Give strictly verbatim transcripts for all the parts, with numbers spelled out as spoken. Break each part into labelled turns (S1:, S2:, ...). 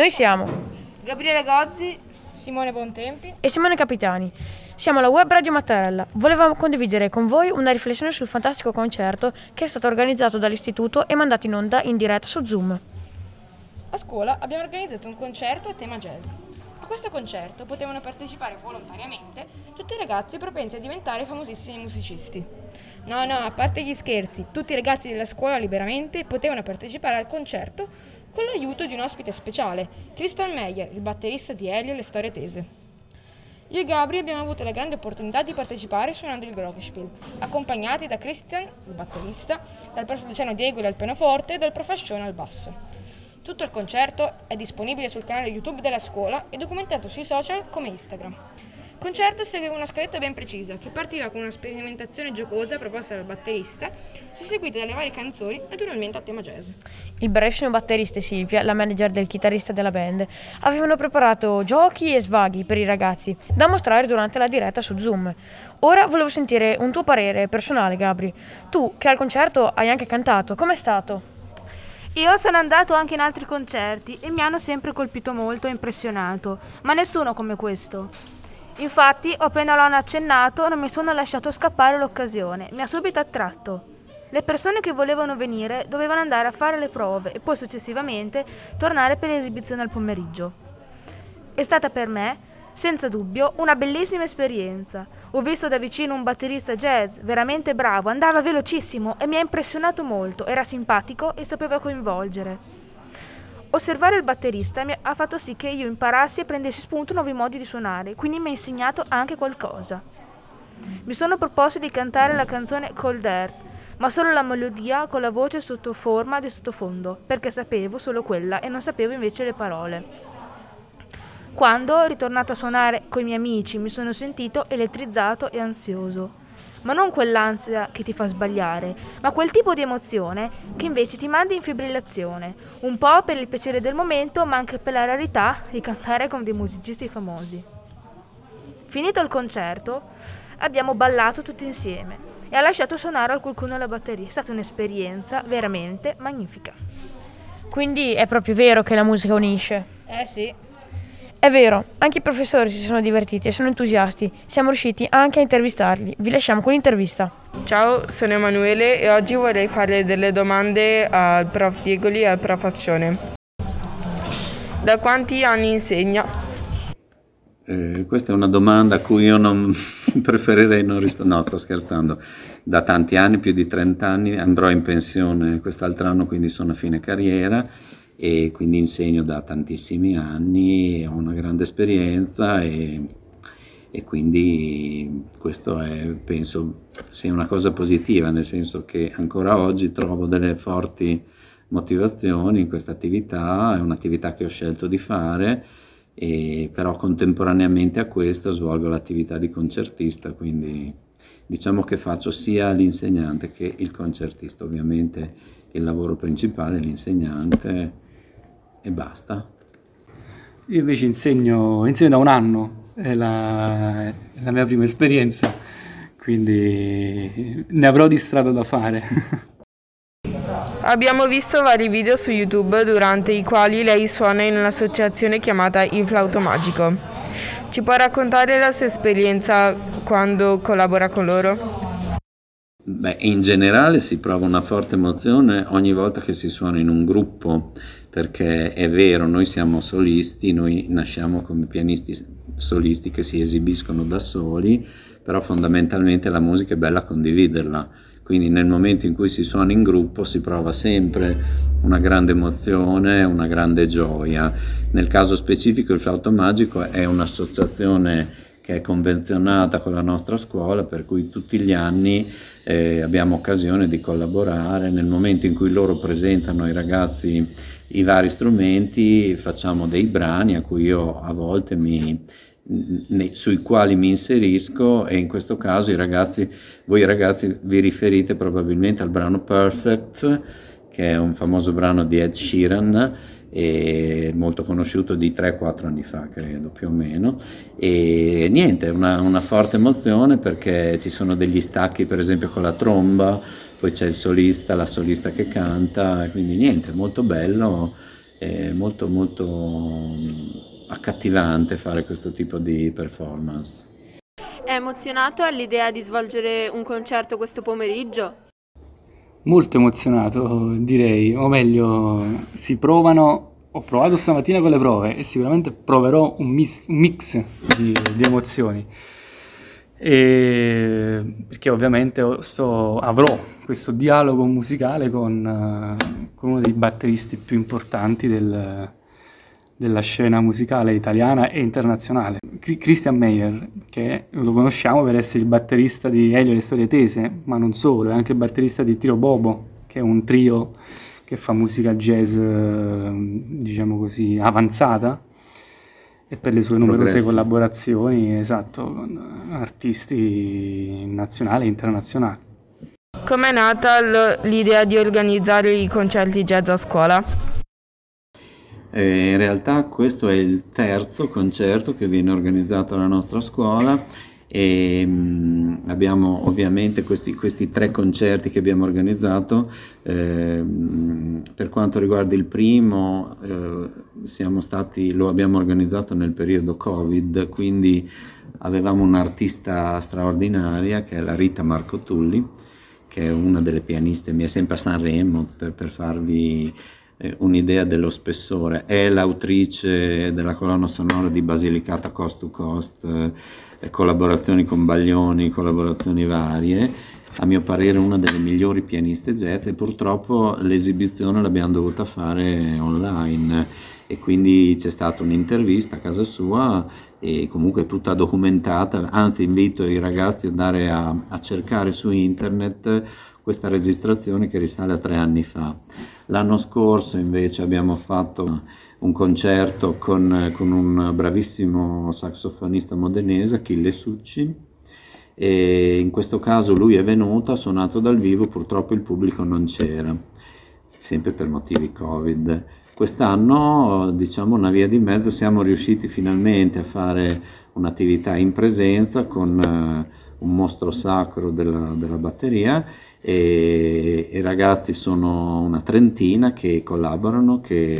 S1: Noi siamo
S2: Gabriele Gozzi, Simone Bontempi
S1: e Simone Capitani. Siamo la Web Radio Mattarella. Volevamo condividere con voi una riflessione sul fantastico concerto che è stato organizzato dall'istituto e mandato in onda in diretta su Zoom.
S2: A scuola abbiamo organizzato un concerto a tema jazz. A questo concerto potevano partecipare volontariamente tutti i ragazzi propensi a diventare famosissimi musicisti. No, no, a parte gli scherzi, tutti i ragazzi della scuola liberamente potevano partecipare al concerto con l'aiuto di un ospite speciale, Christian Meyer, il batterista di Elio e le storie tese. Io e Gabri abbiamo avuto la grande opportunità di partecipare suonando il Glockenspiel, accompagnati da Christian, il batterista, dal prof Luciano Diegoli al pianoforte e dal prof Ascione al basso. Tutto il concerto è disponibile sul canale YouTube della scuola e documentato sui social come Instagram. Il concerto seguiva una scaletta ben precisa, che partiva con una sperimentazione giocosa proposta dal batterista, susseguita dalle varie canzoni, naturalmente a tema jazz.
S1: Il bravissimo batterista e Silvia, la manager del chitarrista della band, avevano preparato giochi e svaghi per i ragazzi da mostrare durante la diretta su Zoom. Ora volevo sentire un tuo parere personale, Gabri. Tu, che al concerto hai anche cantato, com'è stato?
S3: Io sono andato anche in altri concerti e mi hanno sempre colpito molto e impressionato, ma nessuno come questo. Infatti, appena l'hanno accennato, non mi sono lasciato scappare l'occasione, mi ha subito attratto. Le persone che volevano venire dovevano andare a fare le prove e poi successivamente tornare per l'esibizione al pomeriggio. È stata per me, senza dubbio, una bellissima esperienza. Ho visto da vicino un batterista jazz veramente bravo, andava velocissimo e mi ha impressionato molto, era simpatico e sapeva coinvolgere. Osservare il batterista mi ha fatto sì che io imparassi e prendessi spunto nuovi modi di suonare, quindi mi ha insegnato anche qualcosa. Mi sono proposto di cantare la canzone Cold Earth, ma solo la melodia con la voce sotto forma di sottofondo, perché sapevo solo quella e non sapevo invece le parole. Quando, ritornato a suonare coi miei amici, mi sono sentito elettrizzato e ansioso. Ma non quell'ansia che ti fa sbagliare, ma quel tipo di emozione che invece ti manda in fibrillazione, un po' per il piacere del momento, ma anche per la rarità di cantare con dei musicisti famosi. Finito il concerto, abbiamo ballato tutti insieme e ha lasciato suonare a qualcuno la batteria. È stata un'esperienza veramente magnifica.
S1: Quindi è proprio vero che la musica unisce?
S2: Eh sì.
S1: È vero, anche i professori si sono divertiti e sono entusiasti. Siamo riusciti anche a intervistarli. Vi lasciamo con l'intervista.
S4: Ciao, sono Emanuele e oggi vorrei fare delle domande al prof Diegoli e al prof Ascione. Da quanti anni insegna?
S5: Eh, questa è una domanda a cui io non preferirei non rispondere. No, sto scherzando. Da tanti anni, più di trenta anni, andrò in pensione quest'altro anno, quindi sono a fine carriera. E quindi insegno da tantissimi anni, ho una grande esperienza e, e quindi questo è, penso sia una cosa positiva, nel senso che ancora oggi trovo delle forti motivazioni in questa attività, è un'attività che ho scelto di fare, e però contemporaneamente a questo svolgo l'attività di concertista, quindi diciamo che faccio sia l'insegnante che il concertista. Ovviamente il lavoro principale è l'insegnante e basta.
S6: Io invece insegno, insegno da un anno, è la, è la mia prima esperienza, quindi ne avrò di strada da fare.
S4: Abbiamo visto vari video su YouTube durante i quali lei suona in un'associazione chiamata Il Flauto Magico. Ci può raccontare la sua esperienza quando collabora con loro?
S5: Beh, in generale si prova una forte emozione ogni volta che si suona in un gruppo, perché è vero, noi siamo solisti, noi nasciamo come pianisti solisti che si esibiscono da soli, però fondamentalmente la musica è bella condividerla, quindi nel momento in cui si suona in gruppo si prova sempre una grande emozione, una grande gioia. Nel caso specifico il Flauto Magico è un'associazione che è convenzionata con la nostra scuola, per cui tutti gli anni eh, abbiamo occasione di collaborare. Nel momento in cui loro presentano ai ragazzi i vari strumenti, facciamo dei brani a cui io a volte mi, ne, sui quali mi inserisco, e in questo caso i ragazzi, voi ragazzi vi riferite probabilmente al brano Perfect, che è un famoso brano di Ed Sheeran, e molto conosciuto di tre quattro anni fa, credo, più o meno. E niente, è una, una forte emozione, perché ci sono degli stacchi, per esempio con la tromba, poi c'è il solista, la solista che canta, quindi niente, molto bello. è molto molto accattivante fare questo tipo di performance.
S7: È emozionato all'idea di svolgere un concerto questo pomeriggio?
S6: Molto emozionato, direi, o meglio, si provano, ho provato stamattina con le prove e sicuramente proverò un, mis- un mix di, di emozioni, e, perché ovviamente ho- sto- avrò questo dialogo musicale con, eh, con uno dei batteristi più importanti del- della scena musicale italiana e internazionale, Cri- Christian Meyer, che lo conosciamo per essere il batterista di Elio e le Storie Tese, ma non solo, è anche il batterista di Trio Bobo, che è un trio che fa musica jazz, eh, diciamo così, avanzata, e per le sue numerose
S5: Progressive.
S6: collaborazioni, esatto, con artisti nazionali e internazionali.
S4: Com'è nata l- l'idea di organizzare i concerti jazz a scuola?
S5: Eh, in realtà questo è il terzo concerto che viene organizzato alla nostra scuola e mh, abbiamo ovviamente questi, questi tre concerti che abbiamo organizzato. Eh, mh, per quanto riguarda il primo, eh, siamo stati, lo abbiamo organizzato nel periodo Covid, quindi avevamo un'artista straordinaria che è la Rita Marcotulli, che è una delle pianiste, mi è sempre a Sanremo, per, per farvi eh, un'idea dello spessore. È l'autrice della colonna sonora di Basilicata Coast to Coast, eh, collaborazioni con Baglioni, collaborazioni varie. A mio parere una delle migliori pianiste jazz, e purtroppo l'esibizione l'abbiamo dovuta fare online e quindi c'è stata un'intervista a casa sua e comunque tutta documentata, anzi invito i ragazzi ad andare a, a cercare su internet questa registrazione che risale a tre anni fa. L'anno scorso invece abbiamo fatto un concerto con, con un bravissimo saxofonista modenese, Achille Succi, e in questo caso lui è venuto, ha suonato dal vivo, purtroppo il pubblico non c'era, sempre per motivi Covid. Quest'anno, diciamo una via di mezzo, siamo riusciti finalmente a fare un'attività in presenza con eh, un mostro sacro della, della batteria, e i ragazzi sono una trentina che collaborano, che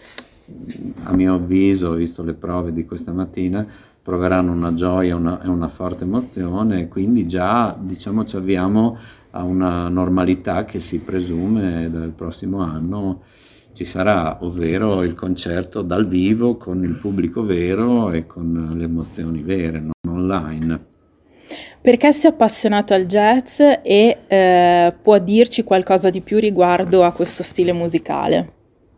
S5: a mio avviso, visto le prove di questa mattina, proveranno una gioia una, e una forte emozione, e quindi già diciamo ci avviamo a una normalità che si presume dal prossimo anno ci sarà, ovvero il concerto dal vivo con il pubblico vero e con le emozioni vere, non online.
S8: Perché si è appassionato al jazz e eh, può dirci qualcosa di più riguardo a questo stile musicale?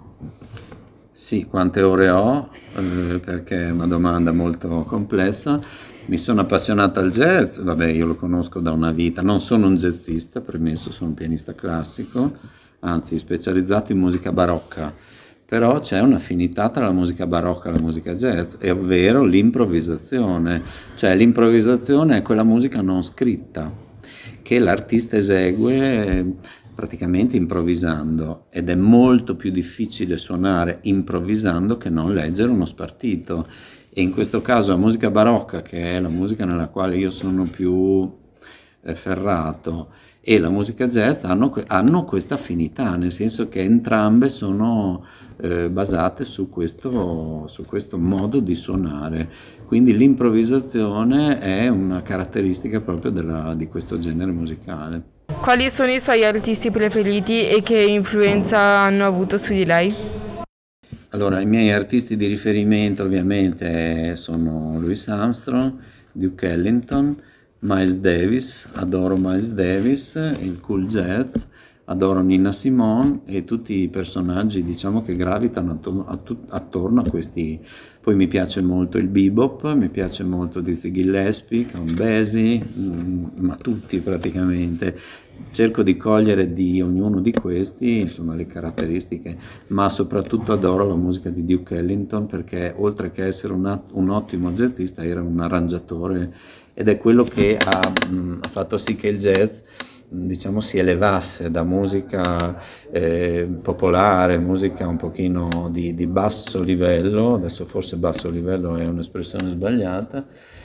S5: Sì, quante ore ho? Eh, perché è una domanda molto complessa. Mi sono appassionato al jazz, vabbè, io lo conosco da una vita, non sono un jazzista, premesso, sono un pianista classico, anzi specializzato in musica barocca, però c'è un'affinità tra la musica barocca e la musica jazz, è ovvero l'improvvisazione, cioè l'improvvisazione è quella musica non scritta che l'artista esegue praticamente improvvisando, ed è molto più difficile suonare improvvisando che non leggere uno spartito, e in questo caso la musica barocca, che è la musica nella quale io sono più eh, ferrato, e la musica jazz hanno, hanno questa affinità, nel senso che entrambe sono eh, basate su questo, su questo modo di suonare, quindi l'improvvisazione è una caratteristica proprio della, di questo genere musicale.
S4: Quali sono i suoi artisti preferiti e che influenza hanno avuto su di lei?
S5: Allora, i miei artisti di riferimento ovviamente sono Louis Armstrong, Duke Ellington, Miles Davis, adoro Miles Davis, il cool jazz, adoro Nina Simone e tutti i personaggi, diciamo, che gravitano attorno a, tut- attorno a questi. Poi mi piace molto il bebop, mi piace molto Dizzy Gillespie, Count Basie, mm, ma tutti praticamente. Cerco di cogliere di ognuno di questi, insomma, le caratteristiche, ma soprattutto adoro la musica di Duke Ellington, perché oltre che essere un, at- un ottimo jazzista era un arrangiatore, ed è quello che ha, mh, ha fatto sì che il jazz, mh, diciamo, si elevasse da musica eh, popolare, musica un pochino di, di basso livello, adesso forse basso livello è un'espressione sbagliata,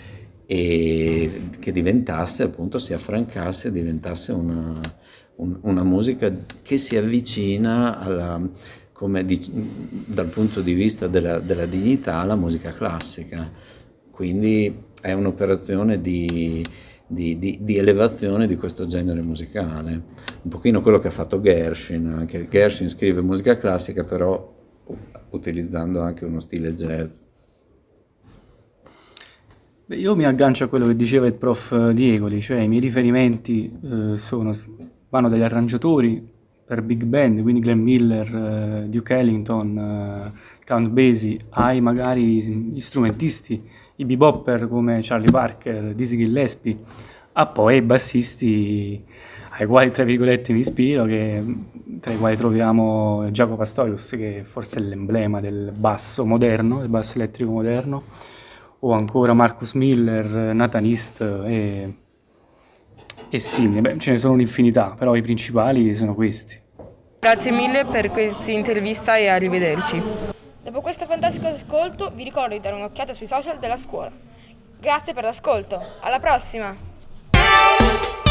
S5: e che diventasse, appunto, si affrancasse e diventasse una, un, una musica che si avvicina alla, come di, dal punto di vista della, della dignità la musica classica. Quindi è un'operazione di, di, di, di elevazione di questo genere musicale, un pochino quello che ha fatto Gershwin. Anche Gershwin scrive musica classica però utilizzando anche uno stile jazz.
S6: Beh, io mi aggancio a quello che diceva il prof Diegoli, cioè i miei riferimenti eh, sono, vanno dagli arrangiatori per big band, quindi Glenn Miller, eh, Duke Ellington, eh, Count Basie, ai magari gli strumentisti, i bebopper come Charlie Parker, Dizzy Gillespie, a poi i bassisti ai quali tra virgolette mi ispiro, che, tra i quali troviamo Jaco Pastorius, che forse è l'emblema del basso moderno, del basso elettrico moderno, o ancora Marcus Miller, Nathan East e, e simili. Beh, ce ne sono un'infinità, però i principali sono questi.
S4: Grazie mille per questa intervista e arrivederci.
S2: Dopo questo fantastico ascolto vi ricordo di dare un'occhiata sui social della scuola. Grazie per l'ascolto, alla prossima!